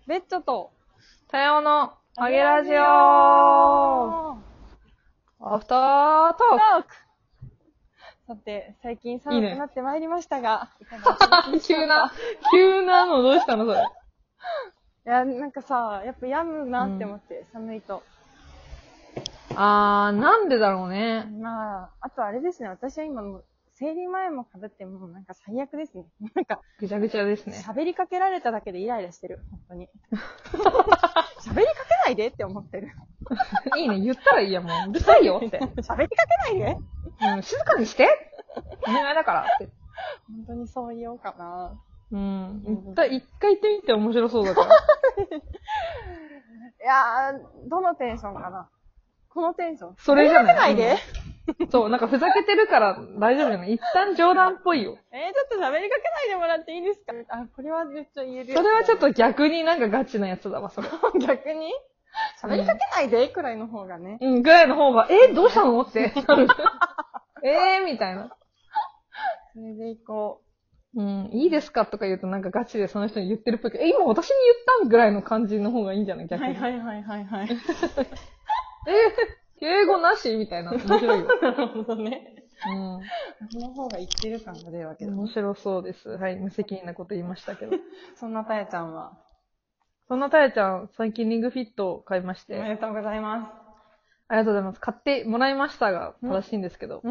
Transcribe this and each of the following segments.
ベッチョと、 さようの、あげラジオアフタートークさて、最近寒くなってまいりましたが、いかがお過ごしでしょ急うか。 なのどうしたのそれ。 いや、なんかさ、やっぱ病むなって思って、寒いと。 なんでだろうね。 まあ、あとあれですね、私は今もう、生理前も被ってもうなんか最悪ですね。なんか、 ぐちゃぐちゃですね。 喋りかけられただけでイライラしてる、本当に。喋りかけないでって思ってる。 いいね、言ったらいいや、もう。うるさいよって。 喋りかけないで静かにしてお願いだからって。 本当にそう言おうかな。 一回言ってみて面白そうだから。 いやー、どのテンションかな。このテンション。 それじゃない。 喋りかけないで、 そう、なんかふざけてるから大丈夫じゃない。一旦冗談っぽいよ。 ちょっと喋りかけないでもらっていいですか？これはめっちゃ言えるよ。 それはちょっと逆になんかガチなやつだわ、それ。 逆に喋りかけないでくらいの方がね。 ぐらいの方が、どうしたのってなる。みたいな。 それでいこいいですかとか言うとなんかガチでその人に言ってるっぽいけど、今私に言ったんぐらいの感じの方がいいんじゃないう逆に。 はい。 敬語なしみたいな。面白いよ。 なるほどね。その方が言ってる感が出るわけだ。 面白そうです。はい。無責任なこと言いましたけど。 そんなたやちゃんは。 そんなたやちゃん、最近リングフィットを買いまして。 おめでとうございます。 ありがとうございます。買ってもらいましたが、正しいんですけど。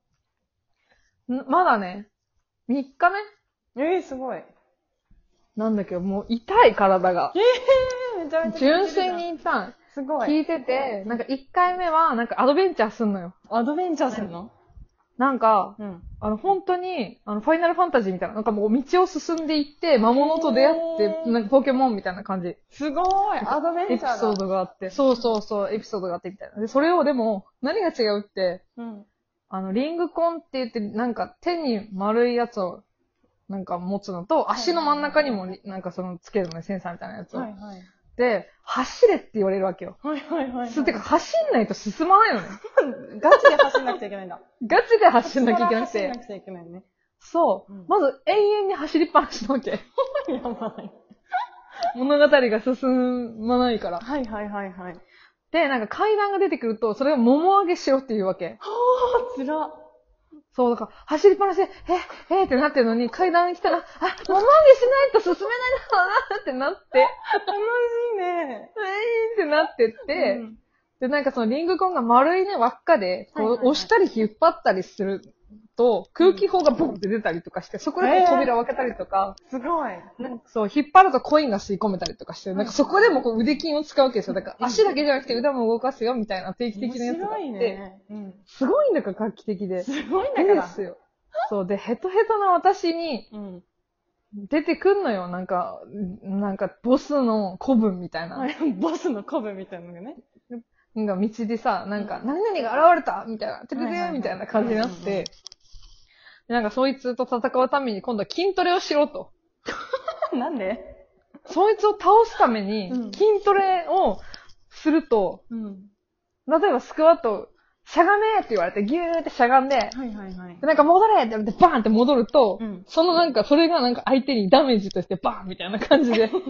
まだね、3日目すごい。 なんだけど、もう痛い体が。 めちゃめちゃ純粋に痛い。 すごい。 聞いてて、なんか1回目は、なんかアドベンチャーすんのよ。 アドベンチャーするの？ なんか、本当に、ファイナルファンタジーみたいな、なんかもう道を進んでいって、魔物と出会って、なんかポケモンみたいな感じ。 すごいアドベンチャーだ。 エピソードがあって。そう、エピソードがあってみたいな。で、それをでも、何が違うって、リングコンって言って、なんか手に丸いやつを、なんか持つのと、足の真ん中にも、なんかそのつけるのね、センサーみたいなやつを。で、走れって言われるわけよ。てか、走んないと進まないのね。 ガチで走んなくちゃいけないんだ。 ガチで走んなきゃいけなくて。 走んなくちゃいけないね。 そう。まず、永遠に走りっぱなしなわけ。 やばい。 物語が進まないから。 はい。 で、なんか階段が出てくると、それをもも上げしろっていうわけ。 つら。 そう、だから、走りっぱなしで、ってなってるのに、階段来たら、もも上げしないと進めないだろうなってなって。 楽しいね。 ってなってって、で、なんかそのリングコンが丸いね、輪っかで、こう、押したり引っ張ったりすると、空気砲がボンって出たりとかして、そこでこう扉を開けたりとか、 すごい。 そう、引っ張るとコインが吸い込めたりとかして、なんかそこでもこう腕筋を使うわけですよ。だから足だけじゃなくて腕も動かすよ、みたいな定期的なやつがあって、すごいんだから画期的で。 すごいんだから。 ですよ。そう、で、ヘトヘトな私に、出てくんのよ、なんか、ボスの古文みたいな。 ボスの古文みたいなのがね。 なんか道でさ、なんか、何々が現れたみたいな、てれてみたいな感じになって、なんかそいつと戦うために今度は筋トレをしろと。 なんで？ そいつを倒すために筋トレをすると、例えばスクワット、しゃがめって言われて、ギューってしゃがんで、なんか戻れって言われて、バーンって戻ると、そのなんか、それがなんか相手にダメージとしてバーンみたいな感じで。本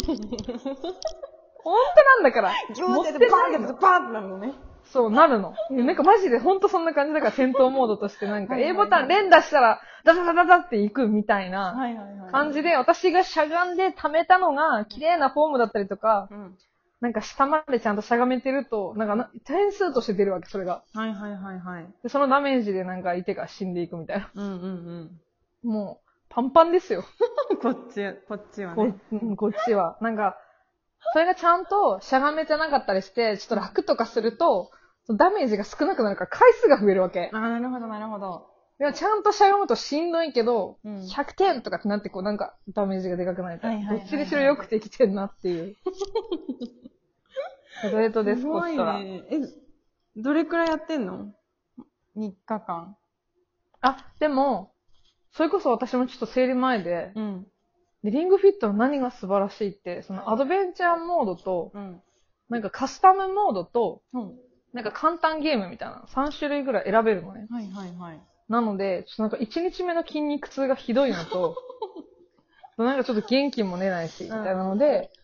当なんだから。 ギューってバーンってバーンってなるのね。 そう、なるの。なんかマジで本当そんな感じだから戦闘モードとしてなんか A ボタン連打したらダダダダダっていくみたいな感じで私がしゃがんで溜めたのが綺麗なフォームだったりとか、なんか下までちゃんとしゃがめてると、なんか点数として出るわけ、それが。で、そのダメージでなんか相手が死んでいくみたいな。もう、パンパンですよ。 こっちはね。 こっちは。なんか、それがちゃんとしゃがめてなかったりして、ちょっと楽とかすると、ダメージが少なくなるから回数が増えるわけ。 なるほど。 でもちゃんとしゃがむとしんどいけど、100点とかってなってこうなんかダメージがでかくなるから、どっちにしろよくできてんなっていう。ヘトヘトです、こっちは。 どれくらいやってんの？ 3 日間。 でも、それこそ私もちょっと生理前で、で、リングフィットの何が素晴らしいって、そのアドベンチャーモードと、なんかカスタムモードと、なんか簡単ゲームみたいな3種類ぐらい選べるのね。なので、ちょっとなんか1日目の筋肉痛がひどいのと、なんかちょっと元気も出ないし、みたいなので、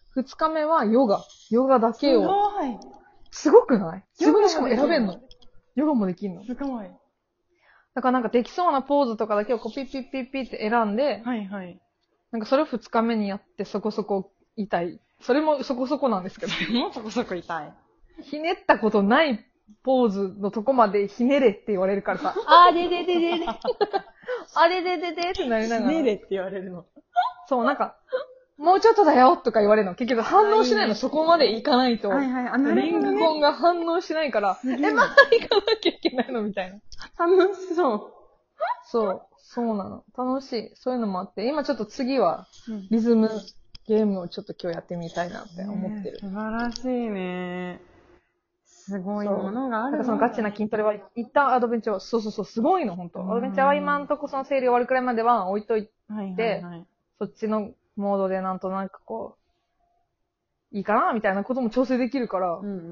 2日目はヨガ。ヨガだけを。 すごい。 すごくない自分でしかも選べんの。ヨガもできんの。 すごい。 だからなんかできそうなポーズとかだけをこうピッピッピッピッって選んで、 はいはい。 なんかそれを2日目にやってそこそこ痛い。それもそこそこなんですけど。 もうそこそこ痛い。 ひねったことないポーズのとこまでひねれって言われるからさ、あれでででで。あれでででってなりながら。 ひねれって言われるの。 そう、なんか、もうちょっとだよとか言われるの。結局反応しないの、そこまでいかないと。 はいはい。あ、なるリンほどね。 グコンが反応しないから、まだ行かなきゃいけないのみたいな。 楽しそう。 そうなの。楽しい。そういうのもあって、今ちょっと次はうんリズムゲームをちょっと今日やってみたいなって思ってる。 素晴らしいね。すごいものがあるなんかそのガチな筋トレは、一旦アドベンチャー、そう、すごいの、本当アドベンチャーは今んとこその整理終わるくらいまでは置いといて、 はいはいはい。 そっちのモードでなんとなくこう、いいかなみたいなことも調整できるから、 うんうんうん。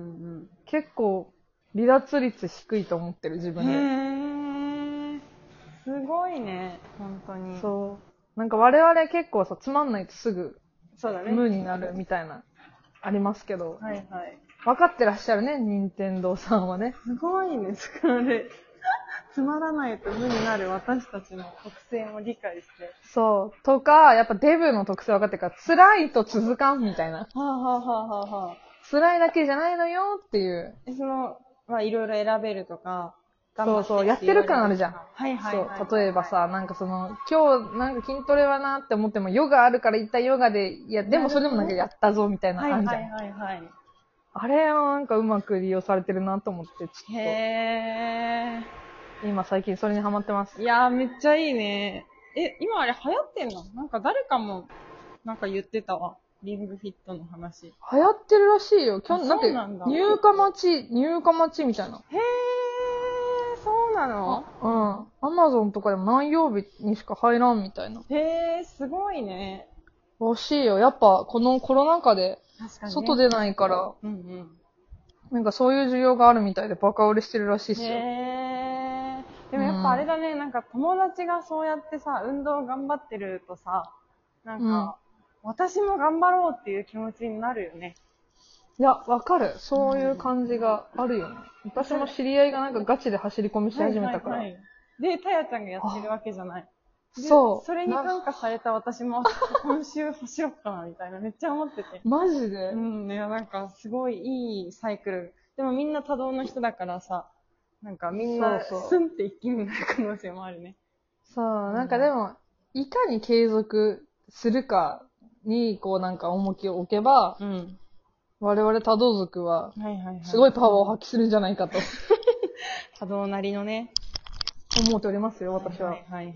結構、離脱率低いと思ってる、自分で。 へー。すごいね、本当に。 そう。なんか我々結構さ、つまんないとすぐ、 そうだね。 無になるみたいな、ありますけど、 はいはい。 分かってらっしゃるね、任天堂さんはね。 すごいね、それ。つまらないと無になる私たちの特性も理解して。 そう。とか、やっぱデブの特性分かってるから、辛いと続かんみたいな。 はあはあはあはあはあ。 辛いだけじゃないのよっていう。 まあいろいろ選べるとか、 そう、やってる感あるじゃん。 はいはいはい。 そう、例えばさ、なんか今日なんか筋トレはなって思っても、ヨガあるから一旦ヨガで、いや、でもそれでもなんかやったぞみたいなのあるじゃん。 はいはい。 あれはなんかうまく利用されてるなと思って、ちょっへと、今最近それにハマってます。 いやーめっちゃいいね。今あれ流行ってんの？なんか誰かも、なんか言ってたわ。リングフィットの話。 流行ってるらしいよ。 そうなんだ。 入荷待ちみたいな。 へー、そうなの？ うん。アマゾンとかでも何曜日にしか入らんみたいな。 へー、すごいね。 らしいよ。やっぱ、このコロナ禍で、 確かに、ね。 外出ないから、 うんうん。 なんかそういう需要があるみたいでバカ売れしてるらしいっすよ。 へー。でもやっぱあれだね、なんか友達がそうやってさ、運動頑張ってるとさ、なんか、私も頑張ろうっていう気持ちになるよね。 いや、わかる。そういう感じがあるよね。私も知り合いがなんかガチで走り込みし始めたから。 で、たやちゃんがやってるわけじゃない。 そう。 それに感化された私も、今週走ろっかな、みたいな、めっちゃ思ってて。 マジで？ うん、ね、なんか、すごいいいサイクル。でもみんな多動の人だからさ、なんかみんな、スンって一気になる可能性もあるね。 そう、なんかでも、いかに継続するかに、こうなんか重きを置けば、我々多動族は、すごいパワーを発揮するんじゃないかと。 多動なりのね。 思っておりますよ、私は。 はい。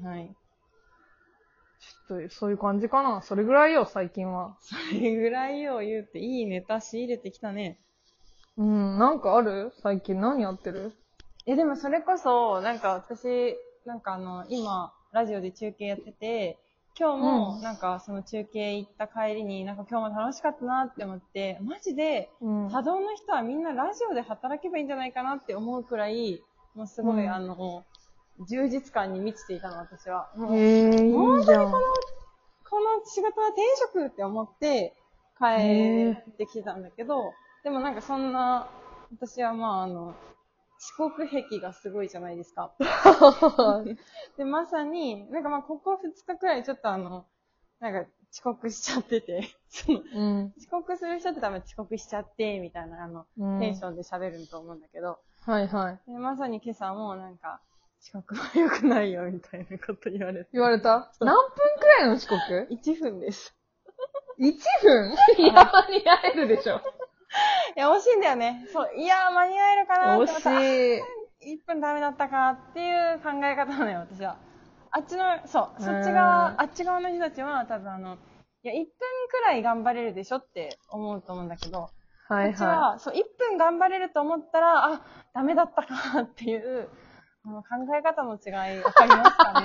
ちょっと、そういう感じかな。それぐらいよ、最近は。 それぐらいよ、言うて、いいネタ仕入れてきたね。 なんかある？最近何やってる？ でもそれこそ、なんか私、なんか今、ラジオで中継やってて、今日も、なんかその中継行った帰りに、なんか今日も楽しかったなって思って、マジで、多動の人はみんなラジオで働けばいいんじゃないかなって思うくらい、もうすごい、充実感に満ちていたの、私は。 いいじゃん。 この仕事は転職って思って帰ってきてたんだけど、でもなんかそんな、私はまあ遅刻癖がすごいじゃないですか。で、まさに、なんかまあここ2日くらいちょっとなんか遅刻しちゃってて、遅刻する人って多分遅刻しちゃって、みたいなテンションで喋ると思うんだけど、 はいはい。 でまさに今朝もなんか、遅刻は良くないよ、みたいなこと言われて。 言われた？何分くらいの遅刻？ 1 分です。 1分？いや、間に合えるでしょ。 いや、惜しいんだよね。そう、いや、間に合えるかなって思ったら、 惜しい。1分ダメだったかっていう考え方なのよ、私は。そっち側、あっち側の人たちは多分いや、1分くらい頑張れるでしょって思うと思うんだけど、こっちは、そう、1分頑張れると思ったら、ダメだったかっていう、考え方の違い、わかりますかね？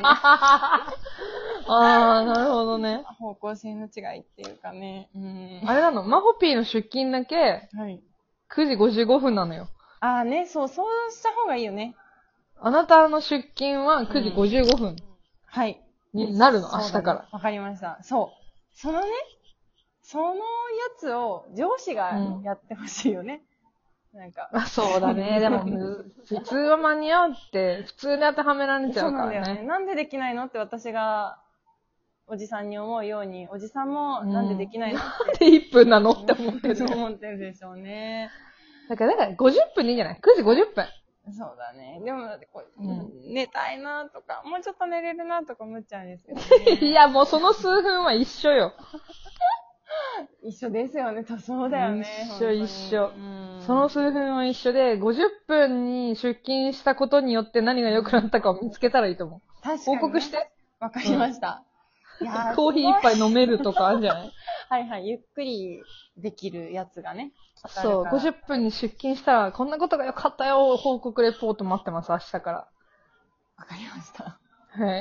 なるほどね。 方向性の違いっていうかね。 あれなの、マホピーの出勤だけ、9時55分なのよ。 ね、そうした方がいいよね。 あなたの出勤は9時55分。 はい。 になるの、明日から。 わかりました。そう。そのね、 そのやつを上司がやってほしいよね。なんか。 そうだね。でも、普通は間に合うって、普通に当てはめられちゃうからね。 そうなんだよね。なんでできないのって私が、おじさんに思うように、おじさんもなんでできないのって。 なんで1分なのって思ってる。 そう思ってるでしょうね。 だから50分でいいんじゃない ?9 時50分。 そうだね。でもだって寝たいなとか、もうちょっと寝れるなとか思っちゃうんですけどね。 いや、もうその数分は一緒よ。 一緒ですよね。そうだよね。 一緒。その数分は一緒で、50分に出勤したことによって何が良くなったかを見つけたらいいと思う。 確かに、ね。 報告して。 わかりました。 いやコーヒー一杯飲めるとかあるんじゃないはいはい。ゆっくりできるやつがね。 そう。50分に出勤したら、こんなことが良かったよ。報告レポート待ってます。明日から。 わかりました。 はい。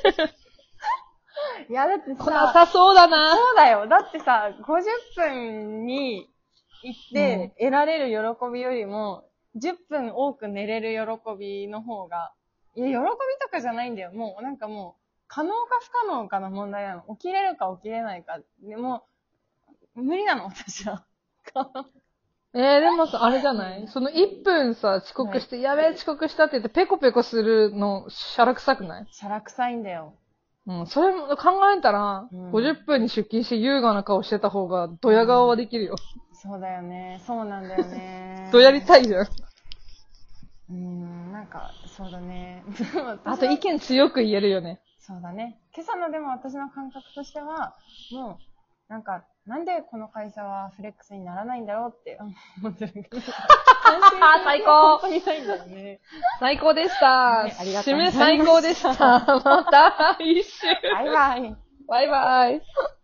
いや、だってさ。 来なさそうだな。 そうだよ。だってさ、50分に行って得られる喜びよりも、10分多く寝れる喜びの方が、いや、喜びとかじゃないんだよ。もう、なんかもう、可能か不可能かの問題なの。起きれるか起きれないか。でも、無理なの、私は。 でもさ、あれじゃないその1分さ、遅刻して、やべえ、遅刻したって言って、ペコペコするの、シャラ臭くないシャラ臭いんだよ。 うん、それも考えたら、50分に出勤して優雅な顔してた方が、ドヤ顔はできるよ。 そうだよね。そうなんだよね。 ドヤりたいじゃん。なんか、そうだね。 あと意見強く言えるよね。 そうだね。今朝のでも私の感覚としては、もう、なんか、なんでこの会社はフレックスにならないんだろうって思ってるけど。 最高本当にないんだよね。 最高でした。 ね、ありがとうございます。 締め最高でした。また来週。 バイバイ。 バイバイ。